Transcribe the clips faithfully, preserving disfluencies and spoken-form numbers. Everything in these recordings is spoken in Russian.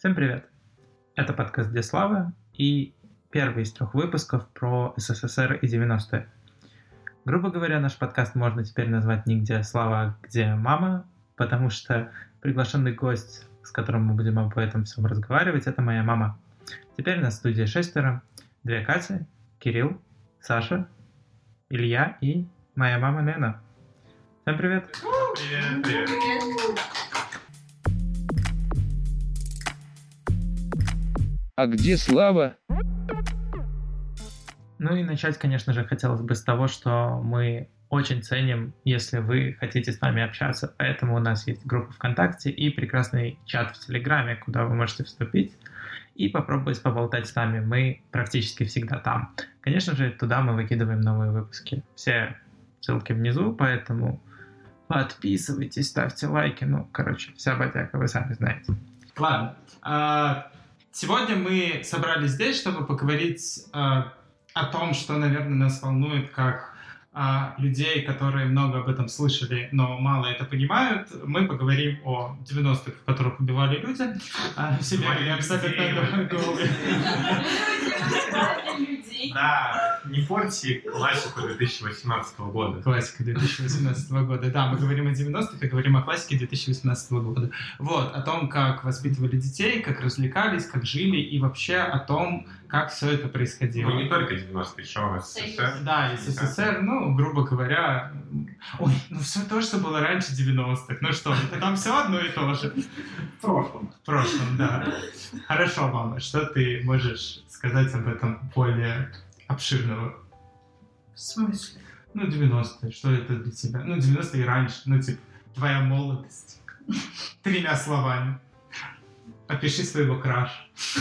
Всем привет! Это подкаст «Где Слава» и первый из трех выпусков про СССР и девяностые. Грубо говоря, наш подкаст можно теперь назвать не «Где Слава», а «Где Мама», потому что приглашенный гость, с которым мы будем об этом всем разговаривать, это моя мама. Теперь нас в студии шестеро. Две Кати, Кирилл, Саша, Илья и моя мама Лена. Всем привет! Привет, привет! А где Слава? Ну и начать, конечно же, хотелось бы с того, что мы очень ценим, если вы хотите с нами общаться, поэтому у нас есть группа ВКонтакте и прекрасный чат в Телеграме, куда вы можете вступить и попробовать поболтать с нами. Мы практически всегда там. Конечно же, туда мы выкидываем новые выпуски. Все ссылки внизу, поэтому подписывайтесь, ставьте лайки. Ну, короче, вся батяка, вы сами знаете. Ладно. А, сегодня мы собрались здесь, чтобы поговорить а, о том, что, наверное, нас волнует как а, людей, которые много об этом слышали, но мало это понимают. Мы поговорим о девяностых, в которых убивали люди. А, все бегали абсолютно голые. Да, не порти классику две тысячи восемнадцатого года. Классика две тысячи восемнадцатого года. Да, мы говорим о девяностых и говорим о классике две тысячи восемнадцатого года. Вот, о том, как воспитывали детей, как развлекались, как жили и вообще о том, как все это происходило. Ну, не только девяностые, еще СССР. Да, и СССР, ну, грубо говоря... Ой, ну все то, что было раньше девяностых. Ну что, это там все одно и то же. В прошлом. В прошлом, да. Хорошо, мама, что ты можешь сказать об этом более обширного? В смысле? Ну, девяностые, что это для тебя? Ну, девяностые и раньше, ну, типа, твоя молодость. Тремя словами. Опиши своего краша.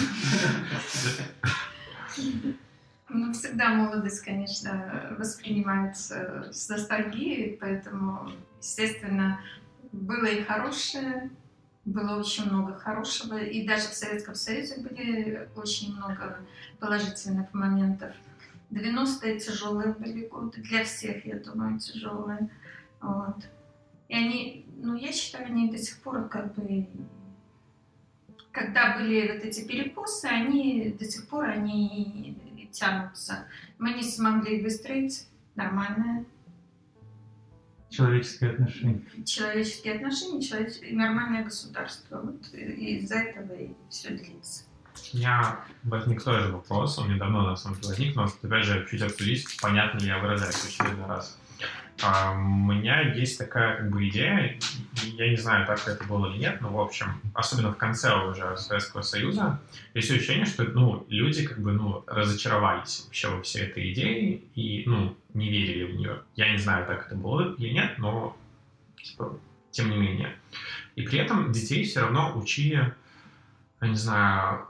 Ну, всегда молодость, конечно, воспринимается с ностальгией, поэтому, естественно, было и хорошее, было очень много хорошего, и даже в Советском Союзе были очень много положительных моментов. девяностые тяжелые были годы, для всех, я думаю, тяжелые. Вот. И они, ну, я считаю, они до сих пор как бы... Когда были вот эти перекосы, они до сих пор они тянутся. Мы не смогли выстроить нормальное Человеческие отношения. Человеческие отношения, человеч... нормальное государство. Вот из-за этого и все длится. У меня возник тоже вопрос, он недавно на самом деле возник, но опять же чуть обсудить, понятно ли я выражаюсь в очередной раз. А, у меня есть такая как бы идея, я не знаю, так это было или нет, но в общем, особенно в конце уже Советского Союза, есть ощущение, что ну, люди как бы ну, разочаровались вообще во всей этой идее и ну, не верили в нее. Я не знаю, так это было или нет, но типа, тем не менее. И при этом детей все равно учили, я не знаю,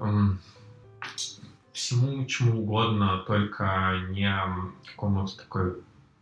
всему чему угодно, только не какому-то такой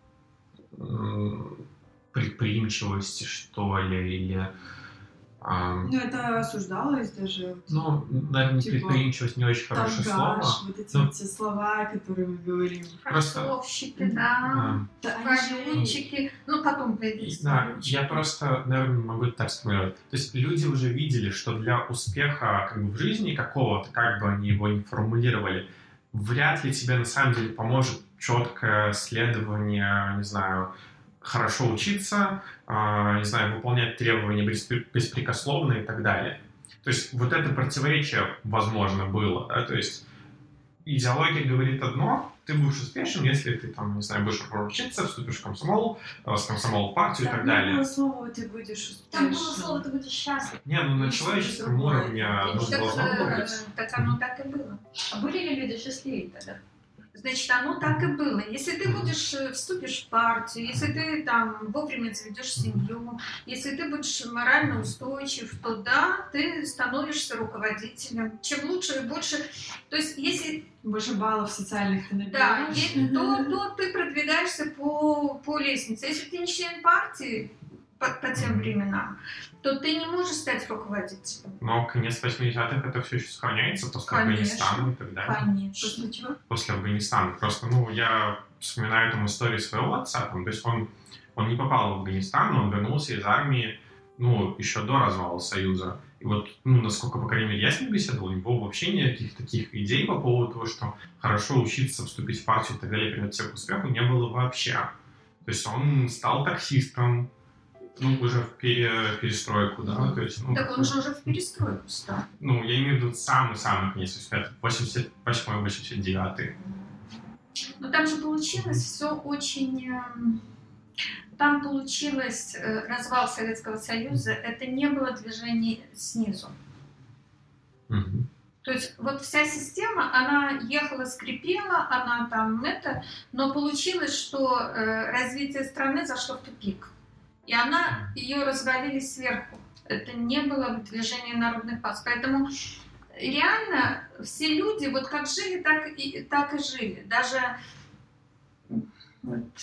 предприимчивости, что ли, или... А... Ну, это осуждалось даже. Ну, наверное, типа, предприимчивость не очень хорошее торгаш, слово. Вот эти ну, вот слова, которые мы говорим. Форцовщики, да, валютчики, ну, потом появились. Да, я просто, наверное, могу так сформулировать. То есть люди уже видели, что для успеха как бы, в жизни какого-то, как бы они его ни формулировали, вряд ли тебе на самом деле поможет четкое следование, не знаю, хорошо учиться, э, не знаю, выполнять требования беспрекословно и так далее. То есть вот это противоречие, возможно, было. Да? То есть идеология говорит одно, ты будешь успешен, если ты, там, не знаю, будешь учиться, вступишь в комсомол, с комсомол в партию и так далее. Там было слово, ты будешь успешен. Там было слово, ты будешь счастлив. Не, ну на человеческом уровне должно быть. Так оно так и было. А были ли люди счастливее тогда? Значит, оно так и было. Если ты будешь, вступишь в партию, если ты там вовремя заведешь семью, если ты будешь морально устойчив, то да, ты становишься руководителем. Чем лучше и больше... То есть, если... Больше баллов социальных ты набираешь. Да, если, то, то ты продвигаешься по, по лестнице. Если ты не член партии по, по тем временам, то ты не можешь стать руководителем. Но конец восьмидесятых это все еще сохраняется после Конечно. Афганистана и так далее. Конечно. После чего? После Афганистана. Просто, ну, я вспоминаю там историю своего отца, там, то есть он, он не попал в Афганистан, но он вернулся из армии, ну, еще до развала Союза. И вот, ну, насколько, по крайней мере, я с ним беседовал, у него вообще никаких таких идей по поводу того, что хорошо учиться, вступить в партию и так далее, приводить всех к успеху, не было вообще. То есть он стал таксистом, ну, уже в пере, перестройку, да, то есть... Ну, так он же уже в перестройку стал. Ну, я имею в виду самый-самый конец, восемьдесят восьмой восемьдесят девятый. Но там же получилось все очень... Там получилось развал Советского Союза, это не было движений снизу. Mm-hmm. То есть вот вся система, она ехала, скрипела, она там это, но получилось, что э, развитие страны зашло в тупик. И она, ее развалили сверху. Это не было движение народных масс. Поэтому реально все люди вот как жили, так и, так и жили. Даже вот,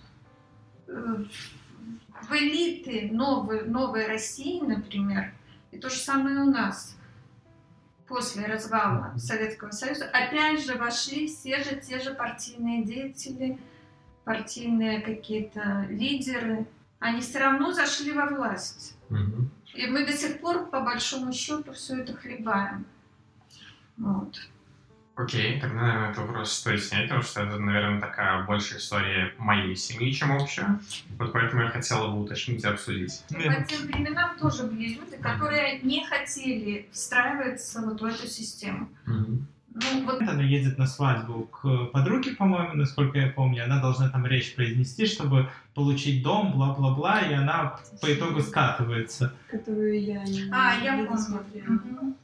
в элиты новой, новой России, например, и то же самое у нас. После развала Советского Союза опять же вошли все же те же партийные деятели, партийные какие-то лидеры. Они все равно зашли во власть. Mm-hmm. И мы до сих пор, по большому счету, все это хлебаем. Вот. Окей, тогда, наверное, этот вопрос стоит снять, потому что это, наверное, такая большая история моей семьи, чем общая. Вот поэтому я хотела бы уточнить и обсудить. Но по тем временам тоже были люди, которые не хотели встраиваться вот в эту систему. Mm-hmm. Ну, вот она едет на свадьбу к подруге, по-моему, насколько я помню. Она должна там речь произнести, чтобы получить дом, бла-бла-бла, и она по итогу скатывается. Которую я не, а, не я досмотрела. Mm-hmm.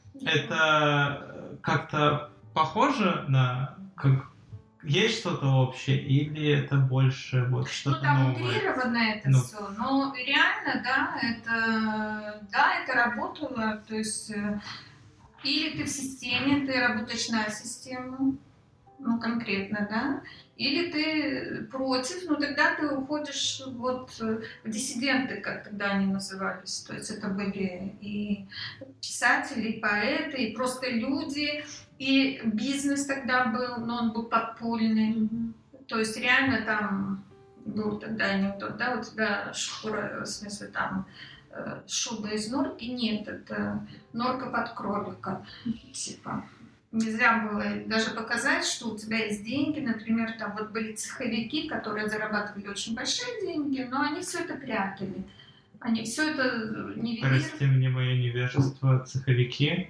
Это как-то похоже на... Как... Есть что-то общее, или это больше вот что-то ну, там новое? утрировано это ну. все, но реально, да, это, да, это работало, то есть или ты в системе, ты работаешь на систему, ну, конкретно, да, или ты против, ну, тогда ты уходишь вот в диссиденты, как тогда они назывались, то есть это были и писатели, и поэты, и просто люди, и бизнес тогда был, но он был подпольный, mm-hmm. то есть реально там был тогда анекдот, да, у тебя шкура, в смысле там шуба из норки, нет, это норка под кролика, типа. Нельзя было даже показать, что у тебя есть деньги, например, там вот были цеховики, которые зарабатывали очень большие деньги, но они все это прятали. Они все это нивелировали. Прости мне мое невежество, цеховики.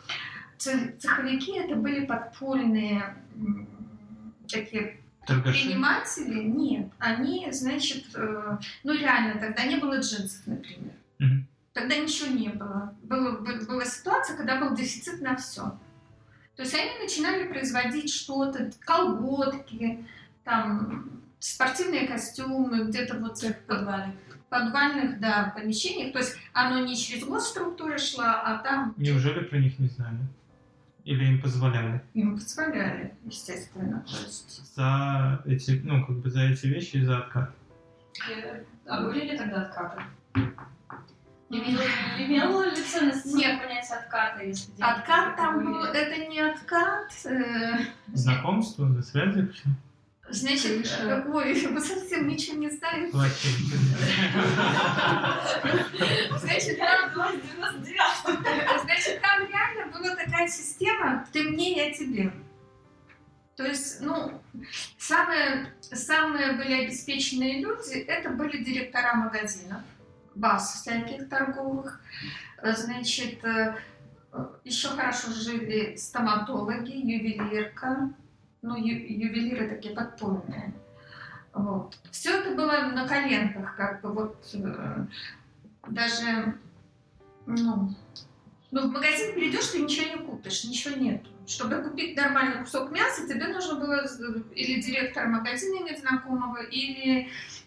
Цеховики это были подпольные такие предприниматели. Нет, они, значит, э, ну реально, тогда не было джинсов, например. Mm-hmm. Тогда ничего не было. было. Была ситуация, когда был дефицит на все. То есть они начинали производить что-то, колготки, там, спортивные костюмы, где-то вот в подвале. подвальных, да, помещениях. То есть оно не через госструктуры шло, а там... Неужели про них не знали? Или им позволяли? Им позволяли, естественно. То есть... За эти, ну, как бы за эти вещи и за откат. А были ли тогда откаты? Имело ли ценность понятие отката? Если откат там был, это не откат. Э... Знакомство, на связи вообще? Значит, ой, вы совсем ничего не знаете. Значит, там девяносто девятый. Значит, там реально была такая система «ты мне, я тебе». То есть, ну, самые, самые были обеспеченные люди, это были директора магазинов, баз всяких торговых. Значит, еще хорошо жили стоматологи, ювелирка. Ну, ю- ювелиры такие подпольные. Вот. Все это было на коленках, как бы вот э, даже, ну, ну, в магазин придешь, ты ничего не купишь, ничего нет. Чтобы купить нормальный кусок мяса, тебе нужно было или директора магазина иметь знакомого, или,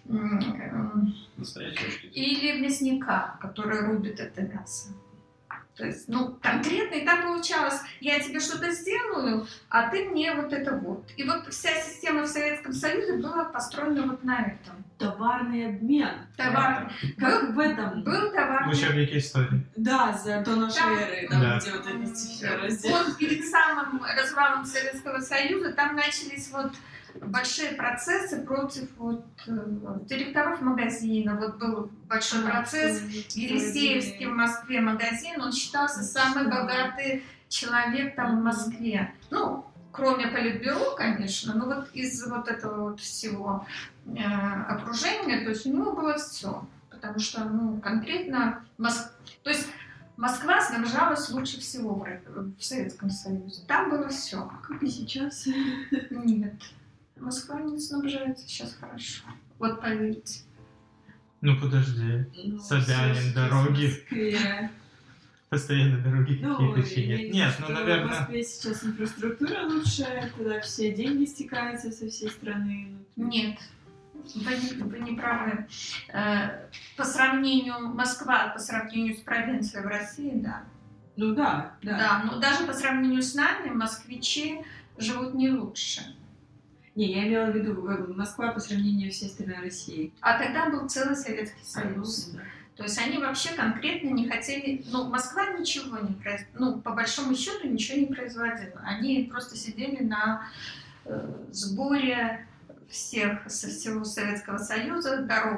э, или мясника, который рубит это мясо. То есть, ну, конкретно, и там получалось, я тебе что-то сделаю, а ты мне вот это вот. И вот вся система в Советском Союзе была построена вот на этом. Товарный обмен. Товар. Как в этом. Был товарный. В учебнике истории. Да, за до нашей эры, там, да. где вот эти все раздельы. Вот перед самым развалом Советского Союза там начались вот большие процессы против вот, директоров магазина. Вот был большой процесс в Елисеевске, в Москве магазин. Он считался самый богатый человек там в Москве. Ну, кроме политбюро, конечно, но вот из вот этого вот всего э, окружения, то есть у него было все. Потому что, ну, конкретно Моск... то есть Москва снабжалась лучше всего в, в Советском Союзе. Там было все. Как и сейчас. Нет. Москва не снабжается сейчас хорошо. Вот поверьте. Ну подожди. Ну, Собянин, дороги. Постоянно дороги Ну, какие-то чинят. Нет, ну, наверное... В Москве сейчас инфраструктура лучше, когда все деньги стекаются со всей страны. Нет. Вы, вы не правы. По сравнению Москва, по сравнению с провинцией в России, да. Ну да, да. Да, но даже по сравнению с нами москвичи живут не лучше. Не, я имела в виду Москва по сравнению с всей страной России. А тогда был целый Советский Союз. А, ну, да. То есть они вообще конкретно не хотели... Ну, Москва ничего не производила. Ну, по большому счету ничего не производила. Они просто сидели на э, сборе всех со всего Советского Союза дорог.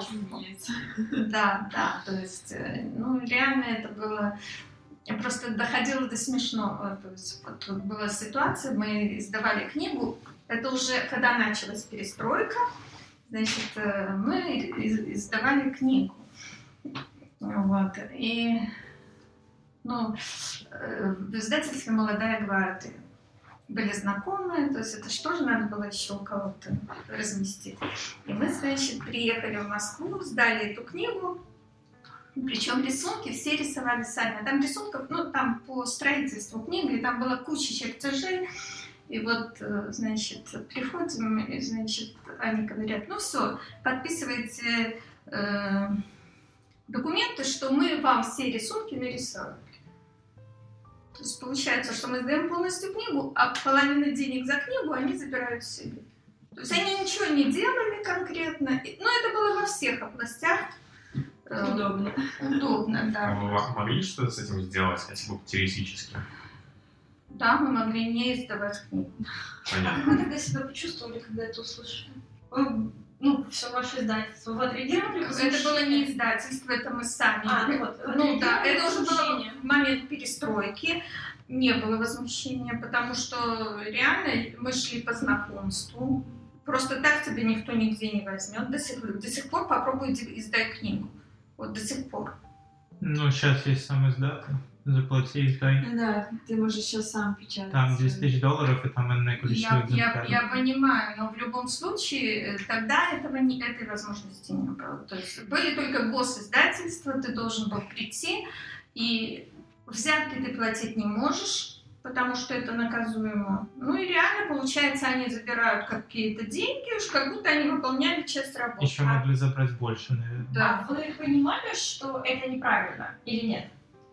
Да, да. То есть, ну, реально это было... Просто доходило до смешного. То есть, вот, вот была ситуация, мы издавали книгу. Это уже когда началась перестройка, значит, мы издавали книгу. Вот. И, ну, в издательстве «Молодая гвардия» были знакомые, то есть это что же надо было еще у кого-то разместить. И мы, значит, приехали в Москву, сдали эту книгу, причем рисунки все рисовали сами. А там рисунков, ну, там по строительству книги, там была куча чертежей. И вот, значит, приходим, и, значит, они говорят, ну все, подписывайте э, документы, что мы вам все рисунки нарисовали. То есть получается, что мы сдаем полностью книгу, а половину денег за книгу они забирают себе. То есть они ничего не делали конкретно. Но это было во всех областях. Удобно. Удобно, да. Вы могли что-то с этим сделать, хотя бы теоретически? Да, мы могли не издавать книгу. Понятно. Как вы тогда себя почувствовали, когда это услышали? Вы, ну, все ваше издательство. Вы отреагировали? Это было не издательство, это мы сами. А, ну вот. Ну да, это уже было в момент перестройки. Не было возмущения, потому что реально мы шли по знакомству. Просто так тебя никто нигде не возьмет. До сих, до сих пор попробуй издать книгу. Вот до сих пор. Ну, сейчас есть сам издатель. Заплати и дай. Да, ты можешь сейчас сам печатать. Там десять тысяч долларов, и там иное количество я, экземпляров. Я, я понимаю, но в любом случае тогда этого не, этой возможности не было. То есть были только госиздательства, ты должен был прийти, и взятки ты платить не можешь, потому что это наказуемо. Ну и реально, получается, они забирают какие-то деньги, уж как будто они выполняли часть работы. Еще могли забрать больше, наверное. Да. А вы понимали, что это неправильно или нет?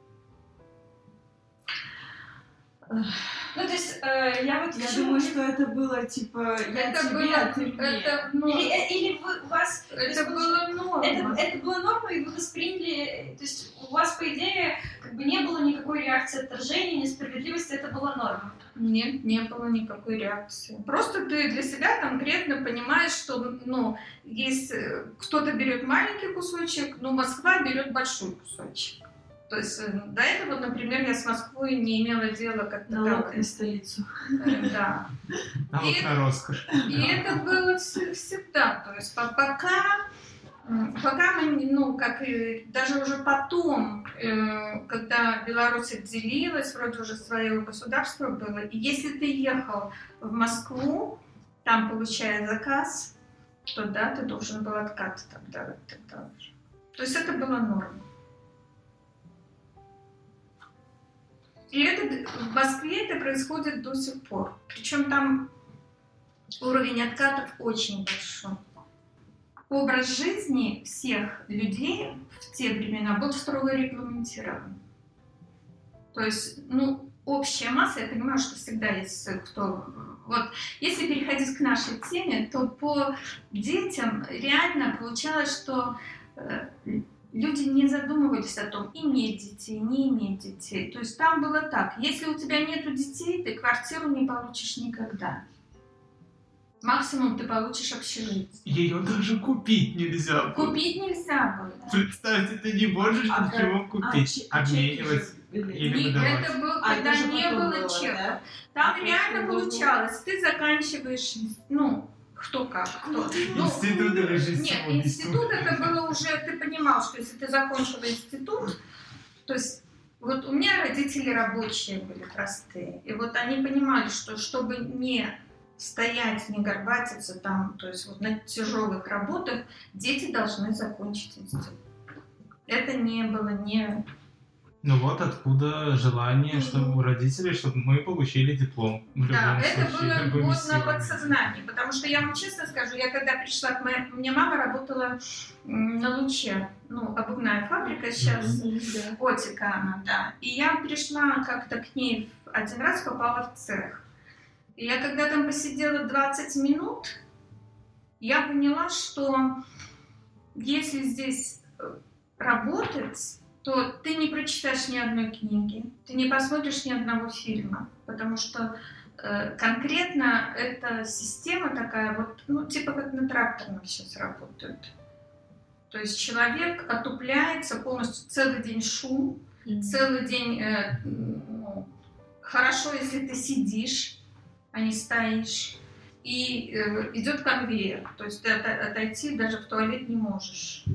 Ну, то есть, э, я вот... Я почему... думаю, что это было, типа, я это тебе, было, а ты мне. это, ну, Или, э, или вы, у вас... это то есть, было норма. Это, это была норма, и вы восприняли... То есть, у вас, по идее, как бы не было никакой реакции отторжения, несправедливости, это была норма. Нет, не было никакой реакции. Просто ты для себя конкретно понимаешь, что, ну, если кто-то берет маленький кусочек, но Москва берет большой кусочек. То есть до этого, например, я с Москвой не имела дела как-то Налог так. на столицу. Да. Налог И на роскошь. И это было всегда. То есть пока, пока мы, ну, как и даже уже потом, когда Беларусь отделилась, вроде уже свое государство было, и если ты ехал в Москву, там получая заказ, то да, ты должен был откат тогда. тогда уже. То есть это была норма. И это, в Москве это происходит до сих пор. Причем там уровень откатов очень большой. Образ жизни всех людей в те времена был строго регламентирован. То есть, ну, общая масса, я понимаю, что всегда есть кто... Вот, если переходить к нашей теме, то по детям реально получалось, что... Люди не задумывались о том, иметь детей, не иметь детей. То есть там было так, если у тебя нету детей, ты квартиру не получишь никогда. Максимум ты получишь общежитие. Ее даже купить нельзя было. Купить нельзя было. Представьте, ты не можешь А ничего как- купить. а чеки Обменивать же были? или Не, выдавать. это было, А, когда это же не потом было было, чека. да? Там То есть реально ты должен- получалось. Ты заканчиваешь, ну, кто как, кто. Ну, Институт или жизнь Нет, самоубийства. институт это было уже, ты понимал, что если ты закончила институт, то есть вот у меня родители рабочие были простые, и вот они понимали, что чтобы не стоять, не горбатиться там, то есть вот на тяжелых работах, дети должны закончить институт. Это не было не... Ну вот откуда желание, чтобы у родителей, чтобы мы получили диплом. В Да, любом это случае, было любыми вот на силами. подсознании, потому что я вам честно скажу, я когда пришла к моей... У меня мама работала м, на Луче, ну, обувная фабрика сейчас, Да. Котика она, да. И я пришла как-то к ней один раз, попала в цех. И я когда там посидела двадцать минут, я поняла, что если здесь э, работать, то ты не прочитаешь ни одной книги, ты не посмотришь ни одного фильма, потому что э, конкретно эта система такая вот, ну, типа как на тракторном сейчас работает. То есть человек отупляется полностью, целый день шум, Мгм. целый день, э, ну, хорошо, если ты сидишь, а не стоишь, и э, идет конвейер, то есть ты от- отойти даже в туалет не можешь.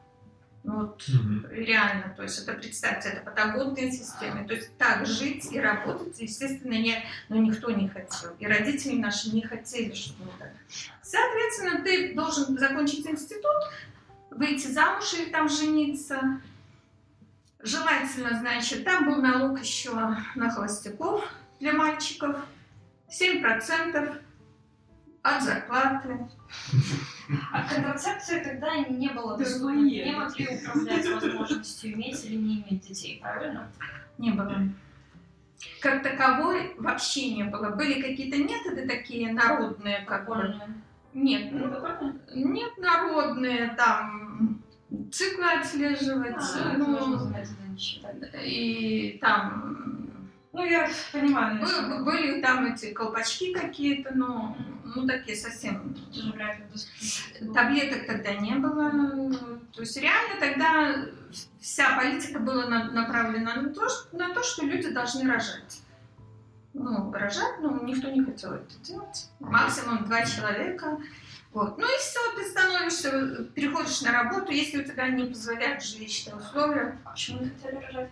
Ну, вот Мгм. реально, то есть это, представьте, это патагонные системы, то есть так жить и работать, естественно, не, ну, никто не хотел, и родители наши не хотели, чтобы мы так. Соответственно, ты должен закончить институт, выйти замуж или там жениться. Желательно, значит, там был налог еще на холостяков для мальчиков, семь процентов от зарплаты. А контрацепция тогда не было доступна. Дармоед. Не могли управлять возможностью иметь или не иметь детей, правильно? Не было. Как таковой вообще не было. Были какие-то методы такие народные, как бы. Прикольно. Нет, ну, Прикольно? нет, народные, там, циклы отслеживать, А, это ну, можно за методы не считать. и там, Ну, я понимаю, бы- наверное, были там эти колпачки какие-то, ну, ну, такие совсем. тоже вряд ли доступно. Таблеток тогда не было. То есть реально тогда вся политика была на- направлена на то, что, на то, что люди должны рожать. Ну, рожать, ну, никто не хотел это делать. Максимум два человека. Вот. Ну и все, ты становишься, переходишь на работу, если у тебя не позволяют жилищные условия. А почему не хотели рожать?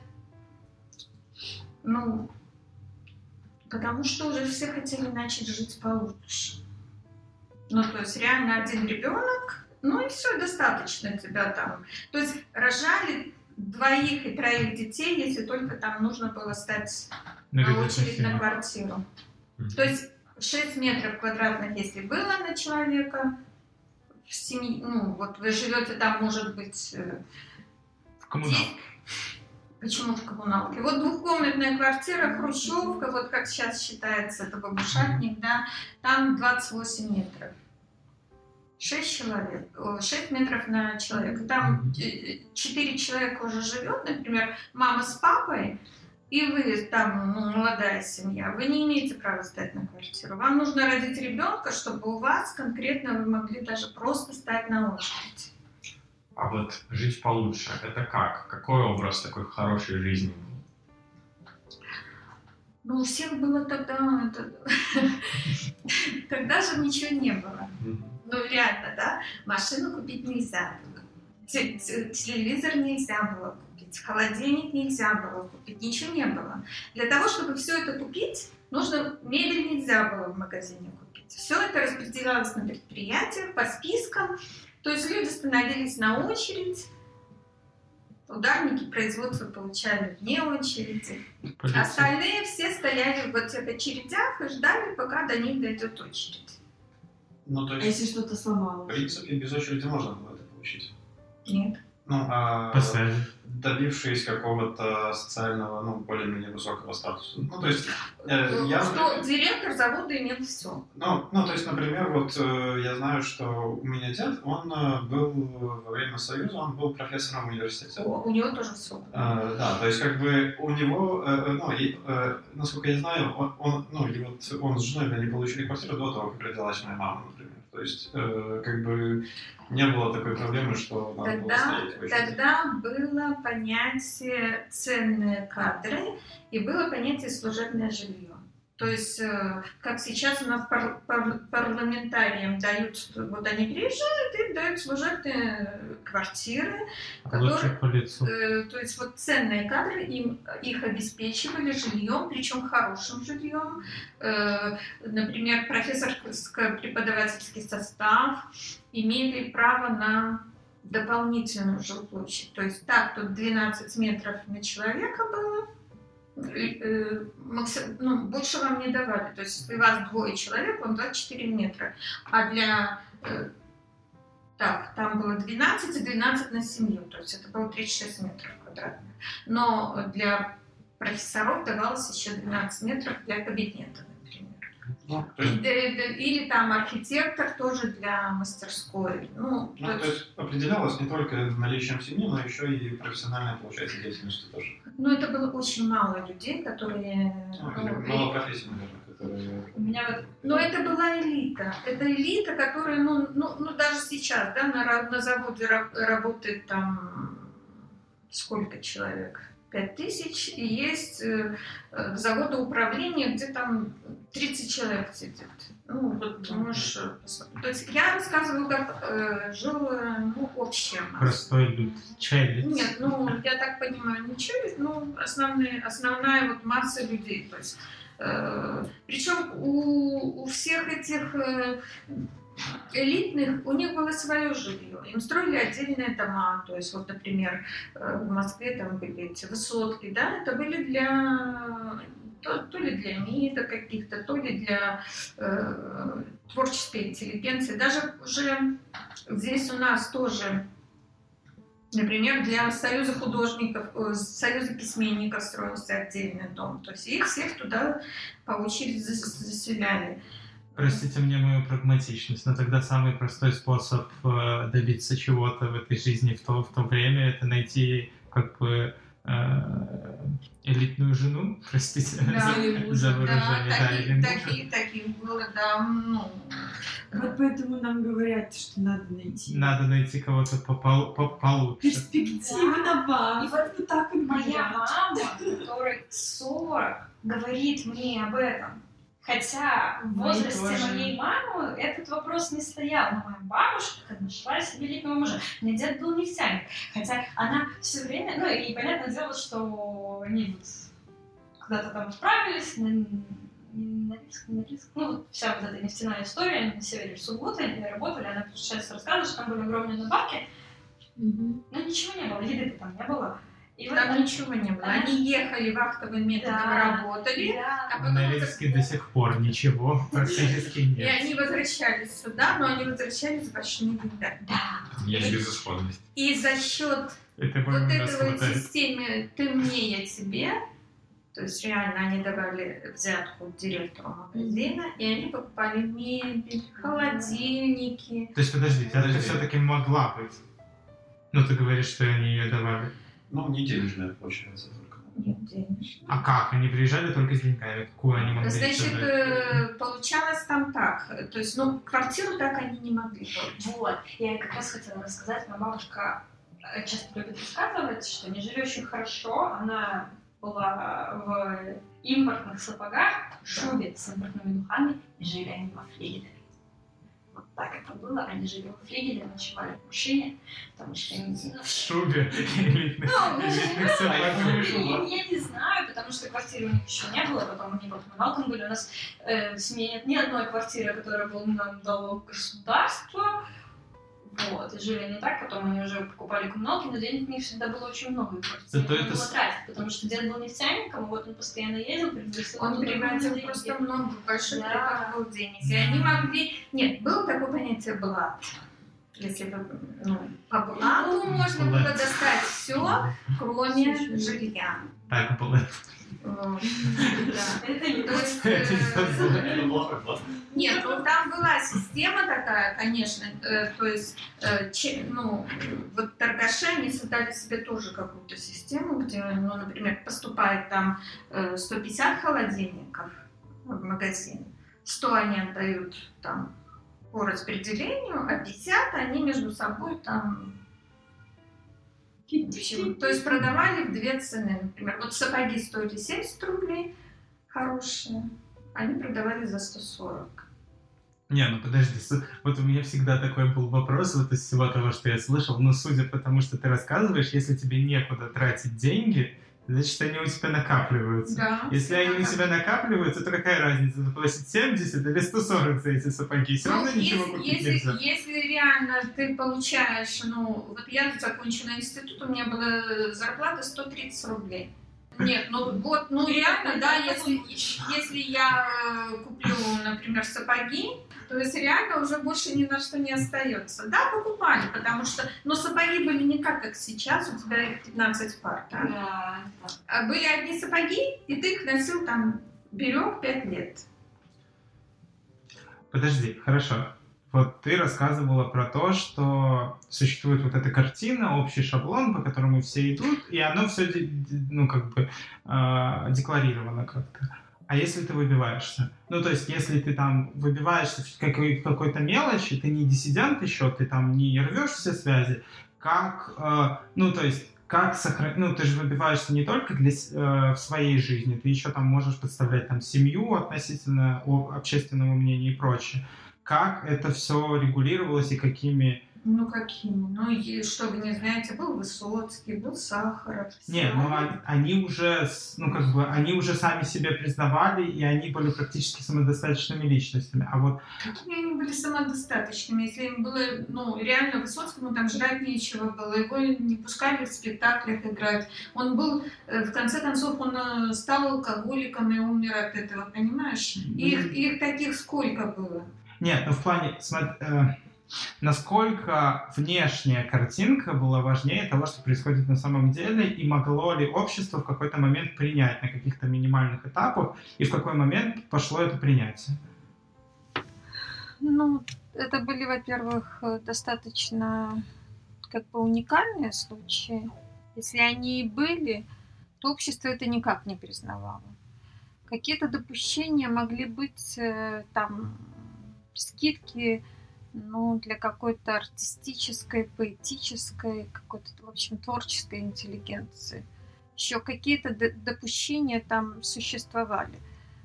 Ну, потому что уже все хотели начать жить получше. Ну, то есть реально один ребенок, ну и все, достаточно тебя там. То есть рожали двоих и троих детей, если только там нужно было стать На на видео очередь на совсем. квартиру. Мгм. То есть шесть метров квадратных, если было на человека, в семье, ну, вот вы живете там, может быть, э, В коммуналке. Здесь- Почему в коммуналке? Вот двухкомнатная квартира, хрущевка, вот как сейчас считается, это бабушатник, да, там двадцать восемь метров. шесть человек, о, шесть метров на человека. Там Мгм. э, четыре человека уже живет, например, мама с папой, и вы там, ну, молодая семья, вы не имеете права стать на квартиру. Вам нужно родить ребенка, чтобы у вас конкретно вы могли даже просто стать на очередь. А вот жить получше, это как? Какой образ такой хорошей жизни был? Ну, у всех было тогда... это- Тогда же ничего не было. Мгм. Ну, реально, да? Машину купить нельзя было. Те- те- Телевизор нельзя было купить. Холодильник нельзя было купить. Ничего не было. Для того, чтобы все это купить, нужно... Мебель нельзя было в магазине купить. Все это распределялось на предприятиях по спискам. То есть люди становились на очередь. Ударники производства получали вне очереди. Полиция. Остальные все стояли в вот этих очередях и ждали, пока до них дойдет очередь. Ну, то А есть, если что-то в сломалось? принципе, без очереди можно было это получить. Нет. Ну, а Пассажи. добившись какого-то социального, ну, более-менее высокого статуса. Ну, то есть, э, я... Что директор завода имел все. Ну, ну, то есть, например, вот э, я знаю, что у меня дед, он э, был во время Союза, он был профессором в университете. У, у него тоже все. Э, да, то есть, как бы, у него, э, ну, и, э, насколько я знаю, он, он, ну, и вот он с женой, они получили квартиру до того, как родилась моя мама, например. То есть, э, как бы, не было такой проблемы, что надо Тогда, было стоять в очереди. тогда было понятие ценные кадры и было понятие служебное жилье. То есть, э, как сейчас у нас пар- пар- парламентариям дают, вот они приезжают и дают служебные квартиры, Лучше которые, по лицу. э, то есть вот ценные кадры, им, их обеспечивали жильем, причем хорошим жильем. Э, например, профессорско-преподавательский состав имели право на дополнительную жилплощадь. То есть так, тут двенадцать метров на человека было, э, максим- ну, больше вам не давали. То есть если у вас двое человек, вам двадцать четыре метра. А для... э, так, там было двенадцать и двенадцать на семью. То есть это было тридцать шесть метров квадратных. Но для профессоров давалось еще двенадцать метров для кабинета, например. Ну, то есть, Или там архитектор тоже для мастерской. Ну, ну, то то есть определялось не только наличием семьи, но еще и профессиональной, получается, деятельностью тоже. ну, это было очень мало людей, которые... Ну, ну, или мало профессий, наверное, которые... У меня вот Но это была элита. Это элита, которая, ну, ну, ну даже сейчас, да, на, ра- на заводе ра- работает там сколько человек? Пять тысяч. И есть э, э, заводы управления, где там тридцать человек сидит. Ну, вот можешь посмотреть. То есть я рассказываю, как э, жил, э, ну, общая масса. Простой люд. Челюсть. Нет, ну, я так понимаю, не челюсть, ну, основные, основная вот масса людей. То есть, э, причем у, у всех этих э, элитных, у них было свое жилье. Им строили отдельные дома. То есть, вот, например, э, в Москве там были эти высотки, да, это были для... То, то ли для МИДа каких-то, то ли для э, творческой интеллигенции. Даже уже здесь у нас тоже, например, для Союза художников, э, Союза письменников строился отдельный дом. То есть их всех туда по очереди зас- заселяли. Простите мне мою прагматичность, но тогда самый простой способ э, добиться чего-то в этой жизни в то, в то время — это найти как бы э, элитную жену, простите Да, за, или за мужа. выражение, Да, да, таких, или мужа. таких, таких было, да, ну... Вот поэтому нам говорят, что надо найти Надо найти кого-то попол- по- получше. перспективного. Да. И вот вот так вот моя говорят. мама, которой сорок, говорит мне об этом. Хотя в Мои возрасте тоже. моей мамы этот вопрос не стоял. Но моя бабушка нашла себе великого мужа. У меня дед был нефтяник. Хотя она все время... Ну, и понятное дело, что они вот куда-то там отправились на, на риск, на риск. Ну, вот вся вот эта нефтяная история. Они на севере Сургута, они работали. Она сейчас рассказывает, что там были огромные надбавки. Мгм. Но ничего не было, еды-то там не было. И вот Там они- ничего не было. Она- Они ехали вахтовым методом, Да. работали, Да. а В потом Норильске до сих пор ничего практически и нет. они возвращались сюда, но они возвращались с большими деньгами. Да. Есть безысходность. И за счет Это вот у нас этой вот хватает. системы «ты мне, я тебе», то есть реально они давали взятку директору магазина, и они покупали мебель, холодильники. То есть, подождите, а это Подожди. все-таки могла быть? Ну, ты говоришь, что они ее давали. Ну, не денежная, получается, только. Нет, денежных. А как? Они приезжали только с деньгами? Какую они могли Значит, еще дать? э, получалось там так. То есть, ну, квартиру так они не могли получить. Вот. Я как раз хотела рассказать. Моя бабушка э, часто любит рассказывать, что они жили очень хорошо. Она была в импортных сапогах, в шубе с импортными духами, и жили они во флигеле. Вот так это было. Они жили во флигеле, ночевали в машине, потому что они... ну, В шубе элитных Ну, элитных сапогах. Я не знаю, потому что квартиры у них еще не было, потом они по коммуналкам были. У нас э, в семье нет ни одной квартиры, которую было нам дало государство. Вот, и жили они так, потом они уже покупали коммуналки, но денег у них всегда было очень много, и квартиры Зато надо это было с- тратить, потому что дед был нефтяником, и вот он постоянно ездил, привозил Он оттуда привозил деньги. просто много, большой Да. приток был денег. И они могли... Нет, было такое понятие «блат». Если бы, ну, по блату можно было достать все, кроме жилья. Так было. Вот. Да. То есть, э, нет, ну там была система такая, конечно, э, то есть, э, че, ну, вот торгаши, они создали себе тоже какую-то систему, где, ну, например, поступает там э, сто пятьдесят холодильников в магазин, сто они отдают там по распределению, а пятьдесят они между собой там... В общем, то есть продавали в две цены, например. Вот сапоги стоили семьдесят рублей, хорошие, они продавали за сто сорок. Не, ну подожди, вот у меня всегда такой был вопрос, вот из всего того, что я слышал, но судя по тому, что ты рассказываешь, если тебе некуда тратить деньги, значит, они у тебя накапливаются. Да, если они у тебя накапливаются, то какая разница, заплатить семьдесят или сто сорок за эти сапоги? Все ну, равно ничего если, купить если, нельзя. если реально ты получаешь, ну, вот я закончила институт, у меня была зарплата сто тридцать рублей. Нет, ну вот, ну реально, да, если, если я э, куплю, например, сапоги, то есть реально уже больше ни на что не остается. Да, покупали, потому что, но сапоги были не как, как сейчас, у тебя их пятнадцать пар, да? Да, да. А были одни сапоги, и ты их носил там, берег пять лет. Подожди, хорошо. Вот ты рассказывала про то, что существует вот эта картина, общий шаблон, по которому все идут, и оно все, ну, как бы, э, декларировано как-то. А если ты выбиваешься? Ну, то есть, если ты там выбиваешься в какой- какой-то мелочи, ты не диссидент еще, ты там не рвешь все связи, как, э, ну, то есть, как сохранить, ну, ты же выбиваешься не только для, э, в своей жизни, ты еще там можешь подставлять там семью относительно общественного мнения и прочее. Как это все регулировалось и какими... Ну, какими? Ну, и, что вы не знаете, был Высоцкий, был Сахаров. Не, ну они, они уже, ну, как бы, они уже сами себя признавали, и они были практически самодостаточными личностями. А вот... Какими они были самодостаточными? Если им было, ну, реально Высоцкому там жрать нечего было, его не пускали в спектаклях играть. Он был, в конце концов, он стал алкоголиком и умер от этого, понимаешь? Их, их таких сколько было? Нет, ну, в плане... Смотри, э... насколько внешняя картинка была важнее того, что происходит на самом деле, и могло ли общество в какой-то момент принять на каких-то минимальных этапах, и в какой момент пошло это принятие? Ну, это были, во-первых, достаточно как бы уникальные случаи. Если они и были, то общество это никак не признавало. Какие-то допущения могли быть там скидки, ну, для какой-то артистической, поэтической, какой-то, в общем, творческой интеллигенции. Еще какие-то д- допущения там существовали.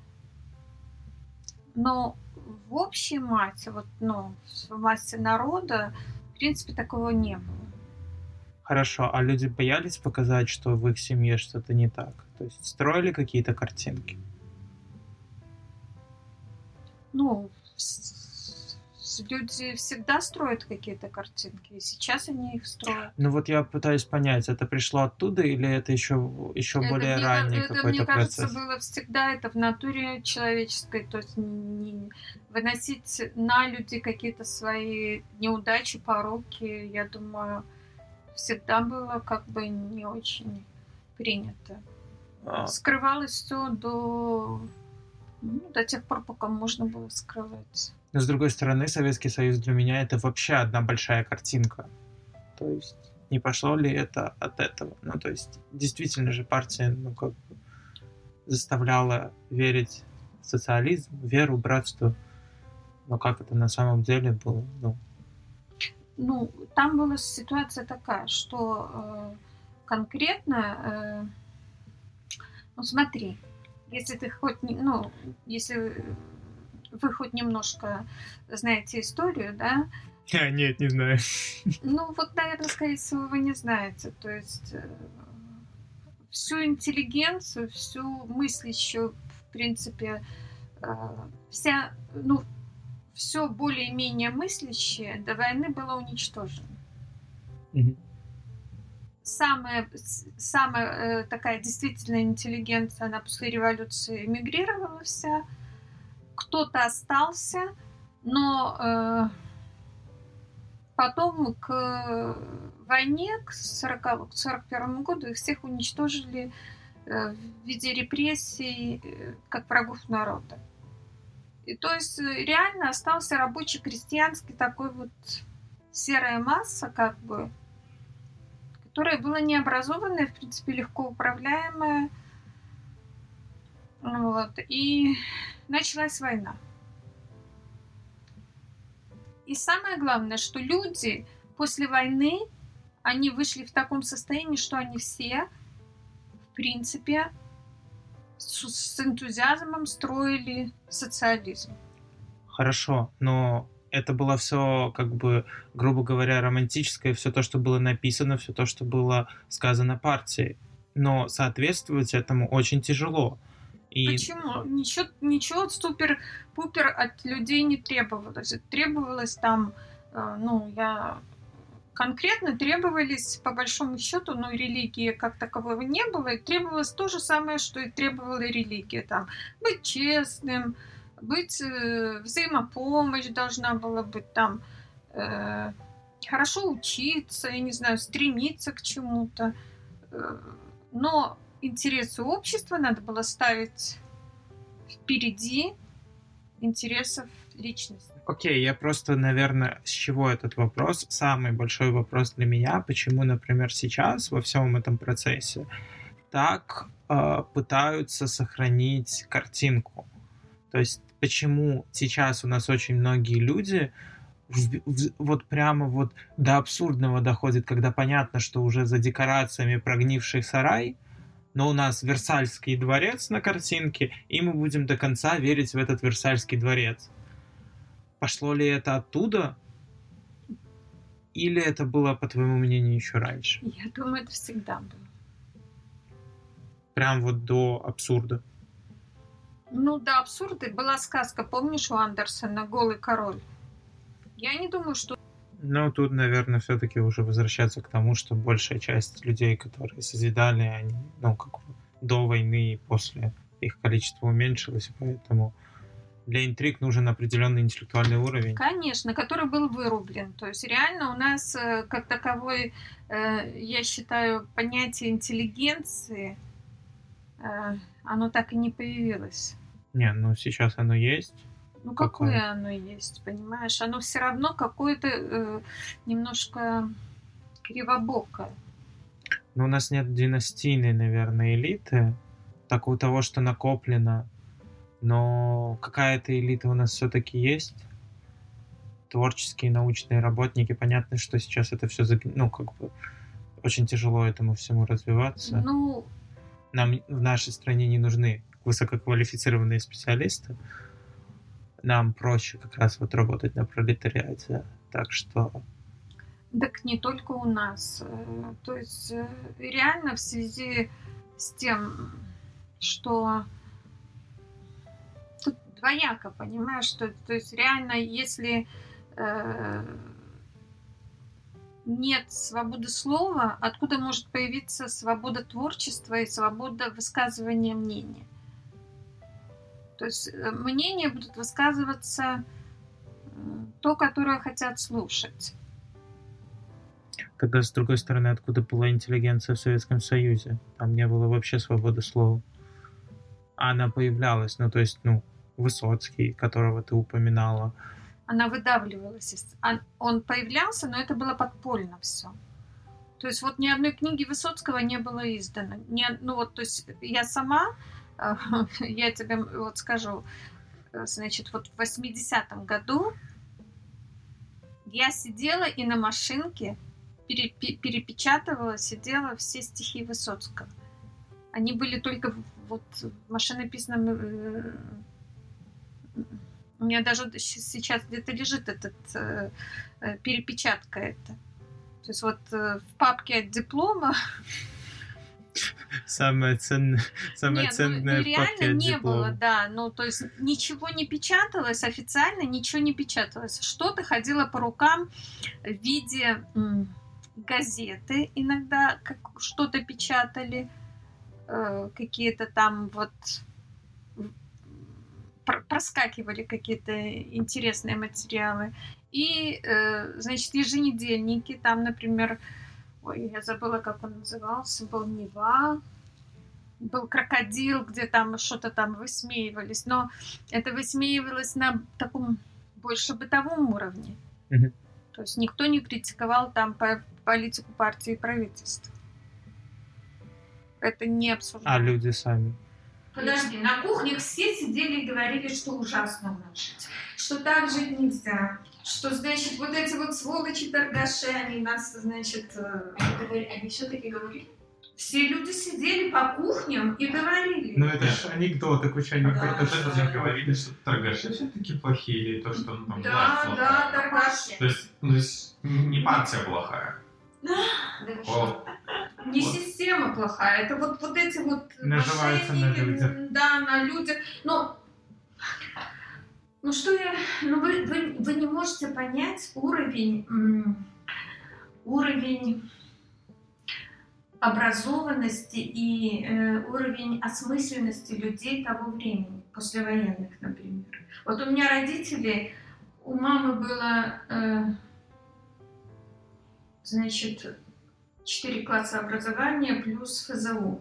Но в общей массе, вот, ну, в массе народа, в принципе, такого не было. Хорошо, а люди боялись показать, что в их семье что-то не так? То есть строили какие-то картинки? Ну, люди всегда строят какие-то картинки, и сейчас они их строят. Ну вот я пытаюсь понять, это пришло оттуда или это еще, еще это более мне, ранний это, какой-то мне процесс? кажется, было всегда это в натуре человеческой, то есть не, выносить на люди какие-то свои неудачи, пороки, я думаю, всегда было как бы не очень принято. А. Скрывалось все до, ну, до тех пор, пока можно было скрывать. Но, с другой стороны, Советский Союз для меня это вообще одна большая картинка. То есть, не пошло ли это от этого? Ну, то есть, действительно же партия, ну, как бы, заставляла верить в социализм, веру, братство. Но как это на самом деле было? Ну, ну там была ситуация такая, что э, конкретно... Э, ну, смотри, если ты хоть... Ну, если... Вы хоть немножко знаете историю, да? А, нет, не знаю. Ну, вот, наверное, скорее всего, вы не знаете. То есть э, всю интеллигенцию, всю мыслящую, в принципе, э, вся, ну, все более-менее мыслящее до войны было уничтожено. Mm-hmm. Самая, самая э, такая действительно интеллигенция, она после революции эмигрировала вся. Кто-то остался, но э, потом к войне, к сорок первому году их всех уничтожили в виде репрессий, как врагов народа. И то есть реально остался рабочий крестьянский такой вот серая масса, как бы, которая была необразованная, в принципе, легко управляемая. Вот. И началась война. И самое главное, что люди после войны, они вышли в таком состоянии, что они все, в принципе, с, с энтузиазмом строили социализм. Хорошо, но это было все, как бы, грубо говоря, романтическое, все то, что было написано, все то, что было сказано партией. Но соответствовать этому очень тяжело. И... Почему? Ничего, ничего супер-пупер от людей не требовалось. Требовалось там, ну, я... Конкретно требовались, по большому счету, ну, религии как такового не было, и требовалось то же самое, что и требовала религия. Там, быть честным, быть, э, взаимопомощь должна была быть, там, э, хорошо учиться, я не знаю, стремиться к чему-то. Э, но интересы общества надо было ставить впереди интересов личности. Окей, okay, я просто, наверное, с чего этот вопрос? Самый большой вопрос для меня, почему, например, сейчас во всем этом процессе так э, пытаются сохранить картинку. То есть почему сейчас у нас очень многие люди в, в, вот прямо вот до абсурдного доходят, когда понятно, что уже за декорациями прогнивший сарай, но у нас Версальский дворец на картинке, и мы будем до конца верить в этот Версальский дворец. Пошло ли это оттуда? Или это было, по твоему мнению, еще раньше? Я думаю, это всегда было. Прям вот до абсурда. Ну, до абсурда. Была сказка, помнишь, у Андерсена «Голый король»? Я не думаю, что... Ну, тут, наверное, все-таки уже возвращаться к тому, что большая часть людей, которые созидали, они, ну, как бы до войны и после, их количество уменьшилось, и поэтому... Для интриг нужен определенный интеллектуальный уровень. Конечно, который был вырублен. То есть реально у нас как таковой, я считаю, понятие интеллигенции, оно так и не появилось. Не, ну сейчас оно есть. Ну какое, какое оно есть, понимаешь? Оно все равно какое-то немножко кривобокое. Но у нас нет династийной, наверное, элиты, так у того, что накоплено. Но какая-то элита у нас все-таки есть. Творческие, научные работники. Понятно, что сейчас это все, ну, как бы, очень тяжело этому всему развиваться. Ну... Нам в нашей стране не нужны высококвалифицированные специалисты. Нам проще как раз вот работать на пролетариате. Так что... Так не только у нас. То есть реально в связи с тем, что... Двояко, понимаешь, что, то есть реально, если э, нет свободы слова, откуда может появиться свобода творчества и свобода высказывания мнения? То есть мнения будут высказываться то, которое хотят слушать. Тогда, с другой стороны, откуда была интеллигенция в Советском Союзе? Там не было вообще свободы слова. Она появлялась, ну, то есть, ну, Высоцкий, которого ты упоминала. Она выдавливалась. Он появлялся, но это было подпольно все. То есть вот ни одной книги Высоцкого не было издано. Ни, ну вот, то есть я сама, я тебе вот скажу, значит, вот в восьмидесятом году я сидела и на машинке перепечатывала, сидела все стихи Высоцкого. Они были только вот в машинописном... У меня даже сейчас где-то лежит этот э, перепечатка это. То есть вот э, в папке от диплома. Самое ценное, самое Нет, ценное ну, в папке от диплома. Реально не было, да. Ну, то есть ничего не печаталось, официально ничего не печаталось. Что-то ходило по рукам в виде м, газеты. Иногда как, что-то печатали. Э, какие-то там вот... проскакивали какие-то интересные материалы. И, э, значит, еженедельники, там, например, ой, я забыла, как он назывался, был Нева, был Крокодил, где там что-то там высмеивались, но это высмеивалось на таком больше бытовом уровне. Мгм. То есть никто не критиковал там по политику партии и правительства. Это не А обсуждалось. люди сами. Подожди, на кухнях все сидели и говорили, что ужасно у нас жить, что так жить нельзя, что, значит, вот эти вот сволочи-торгаши, они нас, значит... э, Они все-таки говорили? Все люди сидели по кухням и говорили. Ну это ж анекдоты, куча анекдотов. То, что они говорили, что торгаши все-таки плохие, или то, что ну, там Да, власть да, плохая? торгаши. То есть, ну, то есть не партия плохая. Да вы что? Вот. Не Вот. система плохая, это вот, вот эти вот Наживаются на мошенники, людях. да, на людях. Но, ну что я, ну вы, вы, вы не можете понять уровень, м, уровень образованности и э, уровень осмысленности людей того времени, послевоенных, например. Вот у меня родители, у мамы было, э, значит, четыре класса образования плюс ФЗУ.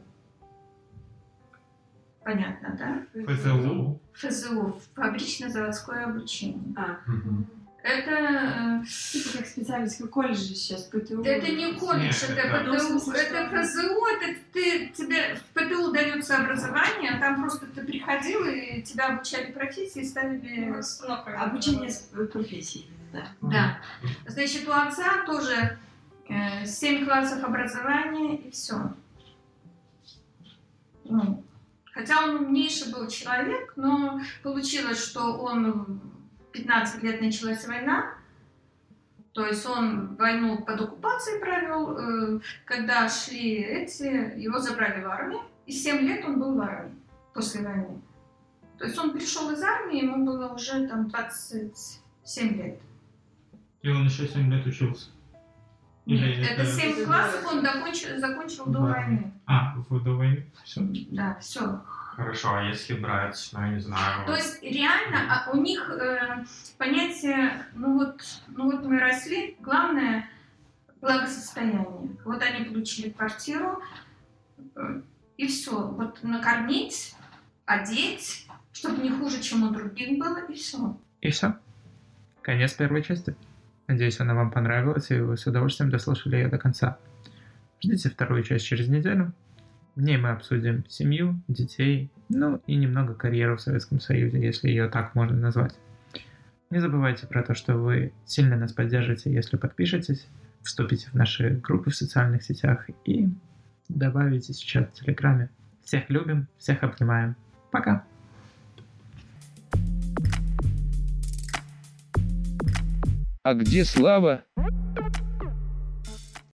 Понятно, да? ФЗУ. ФЗУ, фабрично-заводское обучение. А, Мгм. Это, типа как специальность, как колледж сейчас, ПТУ. э, это не колледж, Нет, это это- Ну, в ПТУ, смысле, это что- ФЗУ, это ты, тебе в ПТУ дается образование, а там просто ты приходил и тебя обучали профессии, ставили... Обучение с профессией, да. Да. Значит, у отца тоже э, семь классов образования и все. Ну, хотя он умнейший был человек, но получилось, что он в пятнадцать лет началась война, то есть он войну под оккупацией провел, э, когда шли эти, его забрали в армию, и семь лет он был в армии после войны. То есть он пришел из армии, ему было уже там двадцать семь лет. И он еще семь лет учился. Нет, Или это это- семь классов он закончил, закончил до Да. войны. А, в до войны. Все. Да, все. Хорошо, а если брать, ну, я не знаю... То есть реально а у них э, понятие, ну вот, ну вот мы росли, главное благосостояние. Вот они получили квартиру, э, и все. Вот накормить, одеть, чтобы не хуже, чем у других было, и все. И все. Конец первой части. Надеюсь, она вам понравилась, и вы с удовольствием дослушали ее до конца. Ждите вторую часть через неделю. В ней мы обсудим семью, детей, ну и немного карьеру в Советском Союзе, если ее так можно назвать. Не забывайте про то, что вы сильно нас поддержите, если подпишетесь, вступите в наши группы в социальных сетях и добавитесь в чат в Телеграме. Всех любим, всех обнимаем. Пока! А где Слава?